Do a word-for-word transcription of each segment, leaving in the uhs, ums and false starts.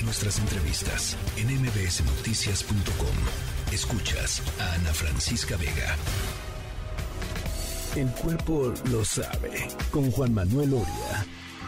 Nuestras entrevistas en eme be ese noticias punto com. Escuchas a Ana Francisca Vega. El cuerpo lo sabe, con Juan Manuel Oria.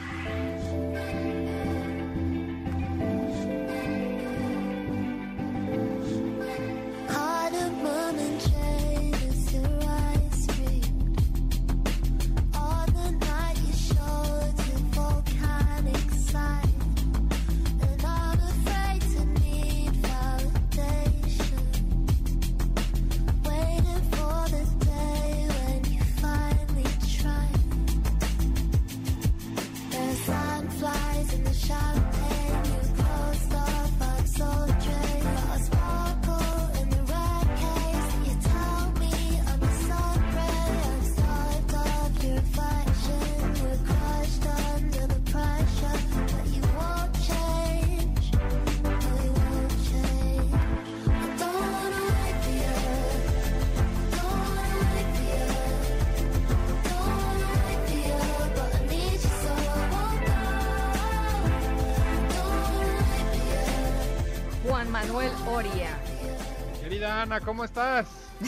Manuel Oria. Querida Ana, ¿cómo estás?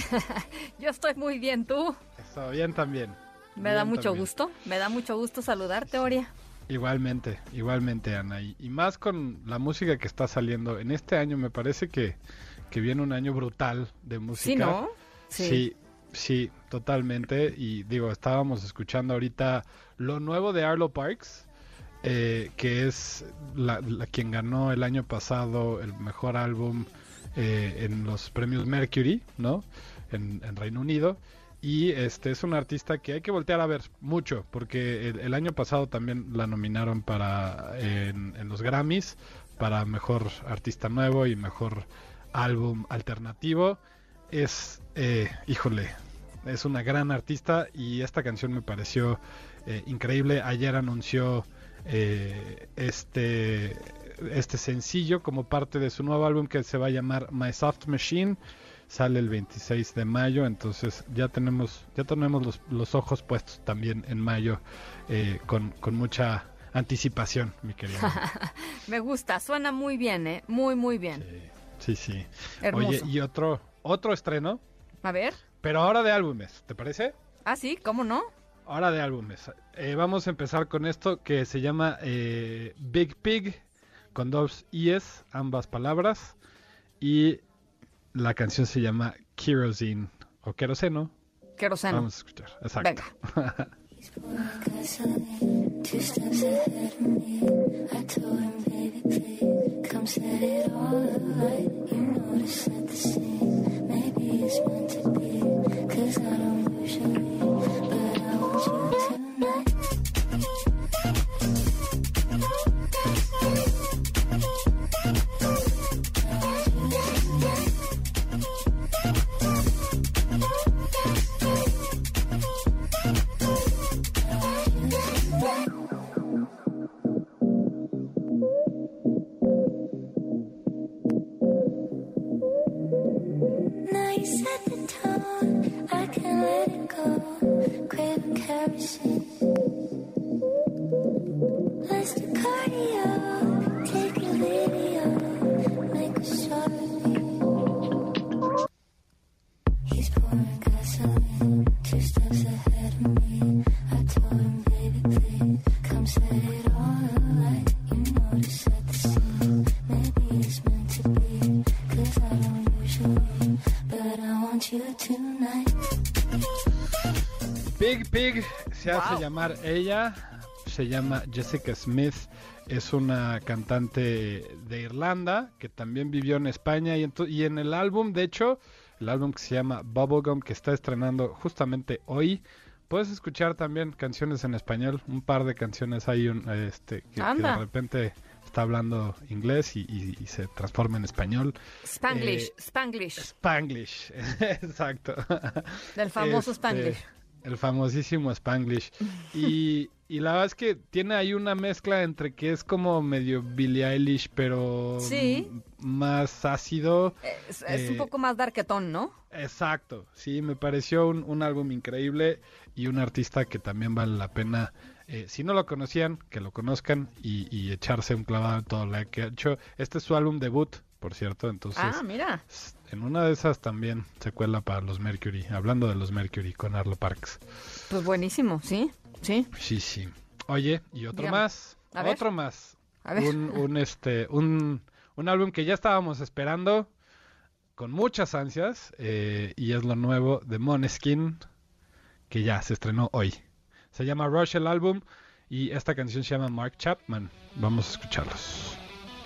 Yo estoy muy bien, ¿tú? Estoy bien también. Me bien da mucho también. gusto, me da mucho gusto saludarte, Oria. Igualmente, igualmente, Ana. Y, y más con la música que está saliendo. En este año me parece que, que viene un año brutal de música. ¿Sí, no? Sí. sí, sí, totalmente. Y digo, estábamos escuchando ahorita lo nuevo de Arlo Parks. Eh, que es la, la quien ganó el año pasado el mejor álbum eh, en los premios Mercury, ¿no? En, en Reino Unido. Y este es un artista que hay que voltear a ver mucho, porque el, el año pasado también la nominaron para en, en los Grammys para mejor artista nuevo y mejor álbum alternativo. Es, eh, híjole, es una gran artista y esta canción me pareció eh, increíble. Ayer anunció Eh, este este sencillo como parte de su nuevo álbum que se va a llamar My Soft Machine. Sale el veintiséis de mayo, entonces ya tenemos ya tenemos los, los ojos puestos también en mayo eh, con, con mucha anticipación, mi querido. Me gusta, suena muy bien, ¿eh? Muy, muy bien. Sí, sí, sí. Hermoso. Oye, y otro otro estreno, A ver. pero ahora de álbumes, ¿te parece? Ah, sí, ¿cómo no? Ahora de álbumes. Eh, vamos a empezar con esto que se llama eh, Big Pig, con dos i's, ambas palabras. Y la canción se llama Kerosene, o Queroseno. Queroseno. Vamos a escuchar, exacto. Venga. Big Pig se Wow. hace llamar ella, se llama Jessica Smith, es una cantante de Irlanda que también vivió en España y, ento- y en el álbum, de hecho, el álbum que se llama Bubblegum, que está estrenando justamente hoy, puedes escuchar también canciones en español, un par de canciones hay un, este, que, que Anda. de repente está hablando inglés y, y- y se transforma en español. Spanglish, Eh, Spanglish, Spanglish, exacto. del famoso Este, Spanglish. El famosísimo Spanglish. Y, y la verdad es que tiene ahí una mezcla entre que es como medio Billie Eilish, pero Sí. m- más ácido. Es, es un eh, poco más darketón, ¿no? Exacto, sí, me pareció un, un álbum increíble y un artista que también vale la pena Eh, si no lo conocían, que lo conozcan y, y echarse un clavado en todo lo que ha hecho. Este es su álbum debut, por cierto, entonces Ah, mira. en una de esas también se cuela para los Mercury, hablando de los Mercury con Arlo Parks. Pues buenísimo, sí, sí. Sí, sí. Oye, y otro Dígame. más, A ver. otro más. A ver. Un, un, este, un, un álbum que ya estábamos esperando con muchas ansias, eh, y es lo nuevo de Måneskin, que ya se estrenó hoy. Se llama Rush el álbum y esta canción se llama Mark Chapman. Vamos a escucharlos.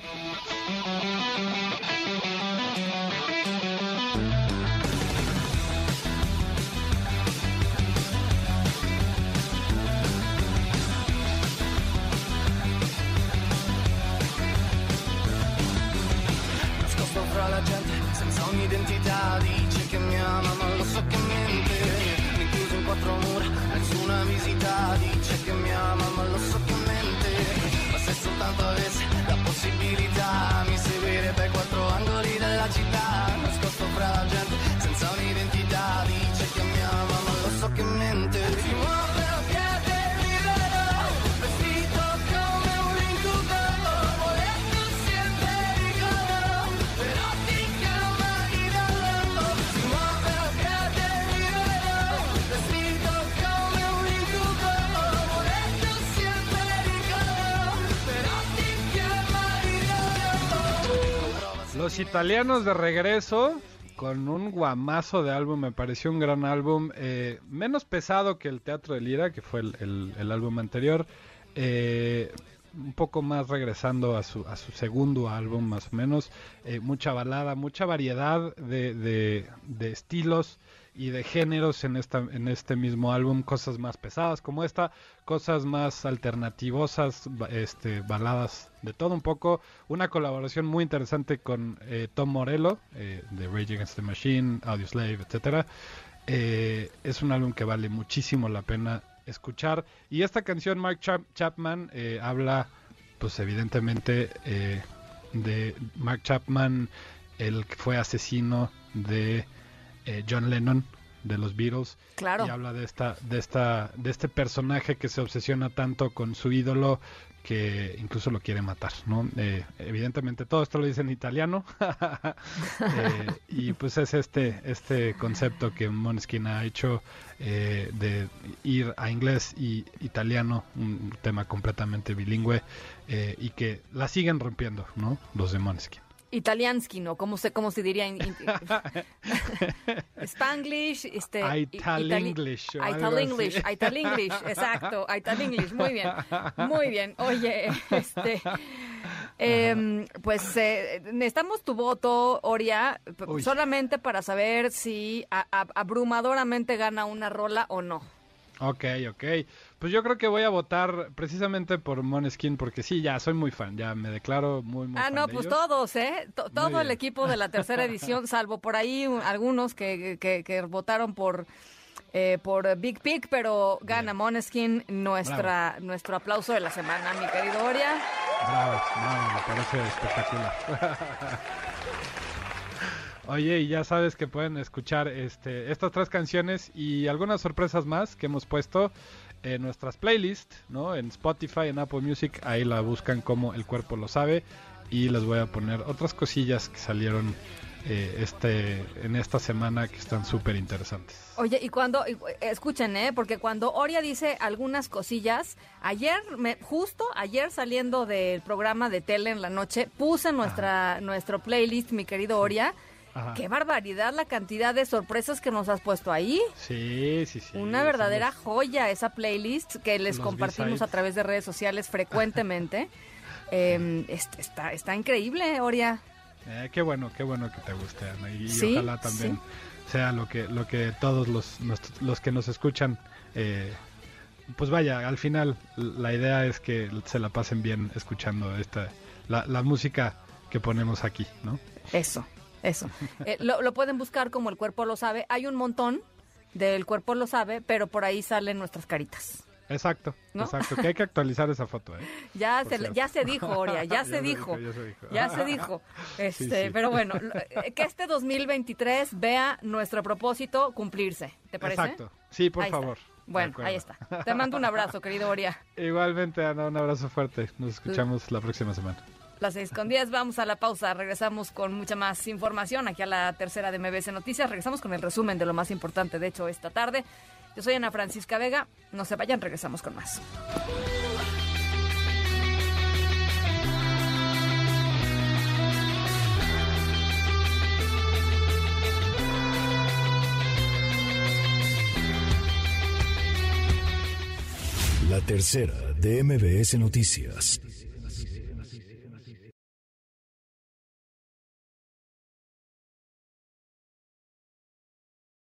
Nascosto fra la gente, senza ogni identità, dice che mi ama ma lo so che mente. Mi chiuso in quattro mura, nessuna visita, dice che mi ama ma lo so che mente. Ma se soltanto avesse la possibilità, mi seguire per quattro angoli della città. Nascosto fra la gente, senza un'identità, dice che mi ama ma lo so che mente. Si muove a piede libero, vestito come un incubo, volendo sempre rigore, però ti chiama idolo. Si muove a piede libero, vestito come un incubo, volendo sempre rigore, però ti chiama idolo. Los italianos de regreso con un guamazo de álbum, me pareció un gran álbum, eh, menos pesado que el Teatro de Lira, que fue el, el, el álbum anterior, eh, un poco más regresando a su, a su segundo álbum más o menos, eh, mucha balada, mucha variedad de, de, de estilos y de géneros en esta en este mismo álbum, cosas más pesadas como esta, cosas más alternativosas, ba- este baladas, de todo un poco, una colaboración muy interesante con eh, Tom Morello, eh, de Rage Against the Machine, Audioslave, etcétera. Eh, es un álbum que vale muchísimo la pena escuchar, y esta canción Mark Chap- Chapman eh, habla pues evidentemente eh, de Mark Chapman, el que fue asesino de eh, John Lennon, de los Beatles. Claro. Y habla de esta de esta de este personaje que se obsesiona tanto con su ídolo que incluso lo quiere matar, ¿no? Eh, evidentemente todo esto lo dice en italiano. eh, y pues es este este concepto que Måneskin ha hecho, eh, de ir a inglés y italiano, un tema completamente bilingüe, eh, y que la siguen rompiendo, ¿no? Los de Måneskin. Italiansky, ¿no? ¿Cómo se, cómo se diría? En, en- Spanglish, este... Italenglish o algo Italenglish, así. Italenglish, exacto, Italenglish, muy bien, muy bien. Oye, este... em, pues eh, necesitamos tu voto, Oria, p- Uy. solamente para saber si a- a- abrumadoramente gana una rola o no. Ok, ok. Pues yo creo que voy a votar precisamente por Måneskin, porque sí, ya soy muy fan, ya me declaro muy, muy Ah, fan no, de pues ellos. todos, ¿eh? To- todo el bien. equipo de la tercera edición, salvo por ahí un- algunos que, que, que votaron por eh, por Big Pig, pero gana Måneskin, nuestra nuestro aplauso de la semana, mi querido Oria. Bravo, bravo, me parece espectacular. Oye, y ya sabes que pueden escuchar este estas tres canciones y algunas sorpresas más que hemos puesto en nuestras playlists, ¿no? En Spotify, en Apple Music, ahí la buscan como El Cuerpo Lo Sabe, y les voy a poner otras cosillas que salieron eh, este en esta semana que están súper interesantes. Oye, y cuando, y, escuchen, ¿eh? Porque cuando Oria dice algunas cosillas, ayer, me, justo ayer saliendo del programa de tele en la noche, puse nuestra nuestro playlist, mi querido Oria. Ajá. ¡Qué barbaridad la cantidad de sorpresas que nos has puesto ahí! Sí, sí, sí. Una verdadera Estamos- joya esa playlist que les los compartimos B-sides. a través de redes sociales frecuentemente. Eh, est- está, está increíble, Oria. Eh, qué bueno, qué bueno que te guste, Ana, y, y Sí, ojalá también sea lo que lo que todos los nuestros- los que nos escuchan, eh, pues vaya, al final la idea es que se la pasen bien escuchando esta la, la música que ponemos aquí, ¿no? Eso, eso. Eh, lo, lo pueden buscar como El Cuerpo Lo Sabe. Hay un montón del Cuerpo Lo Sabe, pero por ahí salen nuestras caritas. Exacto, ¿No? exacto, que hay que actualizar esa foto, ¿eh? Ya Por se, cierto. ya se dijo, Oria, ya, Ya se se dijo, dijo, ya se dijo. ya se dijo. Este, sí. Pero bueno, lo- eh, que este dos mil veintitrés vea nuestro propósito cumplirse, ¿te parece? Exacto, sí, por Ahí está. favor. Bueno, ahí está. Te mando un abrazo, querido Oria. Igualmente, Ana, un abrazo fuerte. Nos escuchamos la próxima semana. Las seis con diez, vamos a la pausa. Regresamos con mucha más información aquí a la tercera de M B S Noticias. Regresamos con el resumen de lo más importante, de hecho, esta tarde. Yo soy Ana Francisca Vega. No se vayan, regresamos con más. La tercera de M B S Noticias.